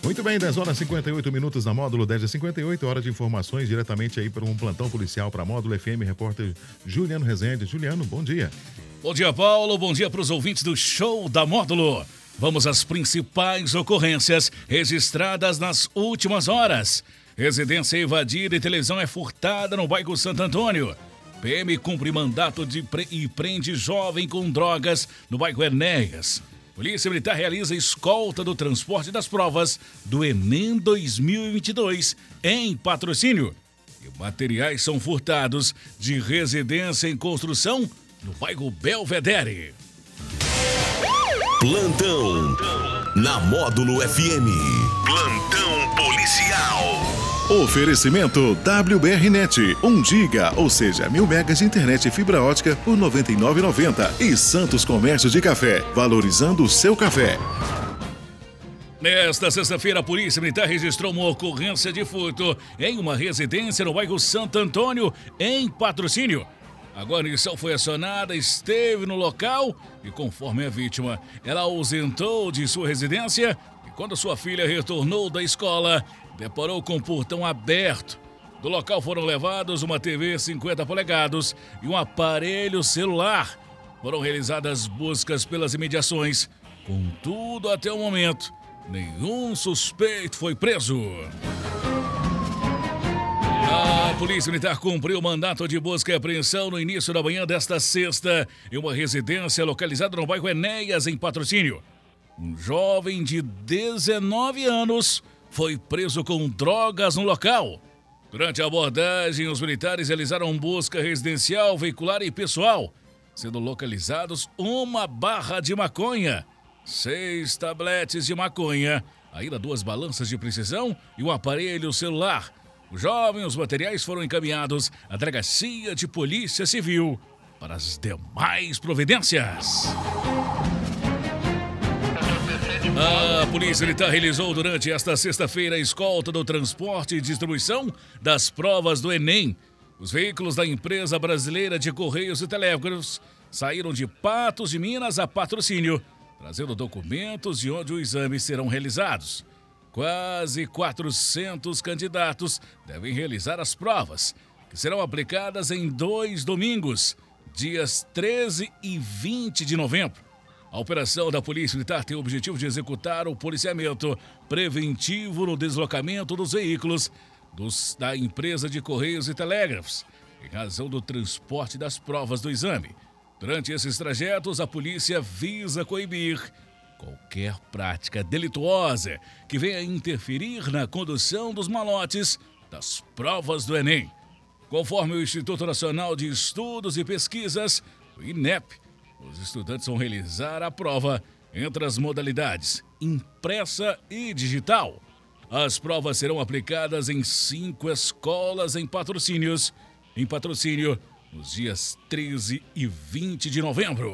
Muito bem, 10 horas e 58 minutos na Módulo 10h58, hora de informações diretamente aí para um plantão policial para Módulo FM, repórter Juliano Rezende. Juliano, bom dia. Bom dia, Paulo. Bom dia para os ouvintes do Show da Módulo. Vamos às principais ocorrências registradas nas últimas horas. Residência invadida e televisão é furtada no bairro Santo Antônio. PM cumpre mandato e prende jovem com drogas no bairro Enéas. Polícia Militar realiza escolta do transporte das provas do Enem 2022 em Patrocínio. E materiais são furtados de residência em construção no bairro Belvedere. Plantão na Módulo FM. Plantão policial. Oferecimento WBRnet, 1 giga, ou seja, 1000 megas de internet fibra ótica por R$ 99,90. E Santos Comércio de Café, valorizando o seu café. Nesta sexta-feira, a Polícia Militar registrou uma ocorrência de furto em uma residência no bairro Santo Antônio, em Patrocínio. A guarnição foi acionada, esteve no local e, conforme a vítima, ela ausentou de sua residência e, quando sua filha retornou da escola, deparou com o portão aberto. Do local foram levados uma TV 50 polegadas e um aparelho celular. Foram realizadas buscas pelas imediações. Contudo, até o momento, nenhum suspeito foi preso. A Polícia Militar cumpriu o mandato de busca e apreensão no início da manhã desta sexta em uma residência localizada no bairro Enéas, em Patrocínio. Um jovem de 19 anos foi preso com drogas no local. Durante a abordagem, os militares realizaram busca residencial, veicular e pessoal, sendo localizados uma barra de maconha, 6 tabletes de maconha, ainda 2 balanças de precisão e um aparelho celular. O jovem e os materiais foram encaminhados à Delegacia de Polícia Civil para as demais providências. A Polícia Militar realizou durante esta sexta-feira a escolta do transporte e distribuição das provas do Enem. Os veículos da Empresa Brasileira de Correios e Telégrafos saíram de Patos de Minas a Patrocínio, trazendo documentos de onde os exames serão realizados. Quase 400 candidatos devem realizar as provas, que serão aplicadas em 2 domingos, dias 13 e 20 de novembro. A operação da Polícia Militar tem o objetivo de executar o policiamento preventivo no deslocamento dos veículos da Empresa de Correios e Telégrafos, em razão do transporte das provas do exame. Durante esses trajetos, a polícia visa coibir qualquer prática delituosa que venha interferir na condução dos malotes das provas do Enem. Conforme o Instituto Nacional de Estudos e Pesquisas, o INEP, os estudantes vão realizar a prova entre as modalidades impressa e digital. As provas serão aplicadas em 5 escolas em Patrocínio, nos dias 13 e 20 de novembro.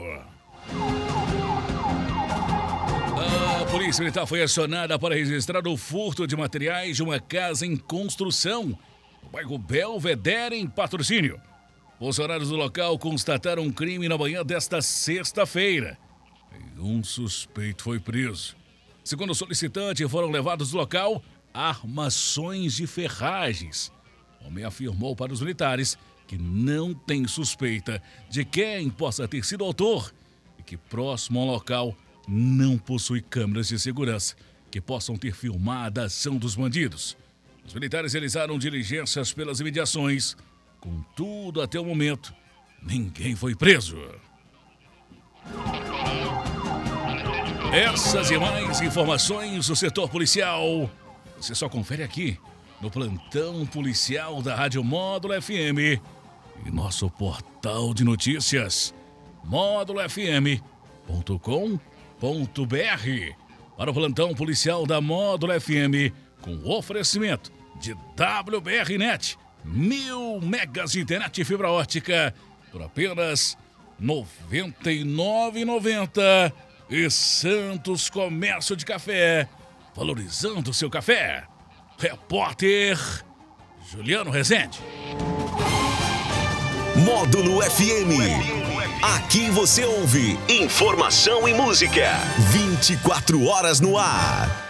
A Polícia Militar foi acionada para registrar o furto de materiais de uma casa em construção no bairro Belvedere, em Patrocínio. Funcionários do local constataram um crime na manhã desta sexta-feira. E um suspeito foi preso. Segundo o solicitante, foram levados do local armações de ferragens. O homem afirmou para os militares que não tem suspeita de quem possa ter sido o autor e que próximo ao local não possui câmeras de segurança que possam ter filmado a ação dos bandidos. Os militares realizaram diligências pelas imediações. Contudo, até o momento, ninguém foi preso. Essas e mais informações do setor policial, você só confere aqui no Plantão Policial da Rádio Módulo FM e nosso portal de notícias, módulofm.com.br. Para o Plantão Policial da Módulo FM, com oferecimento de WBRnet, 1000 megas de internet e fibra ótica por apenas R$ 99,90. E Santos Comércio de Café, valorizando o seu café. Repórter Juliano Rezende. Módulo FM. Aqui você ouve informação e música. 24 horas no ar.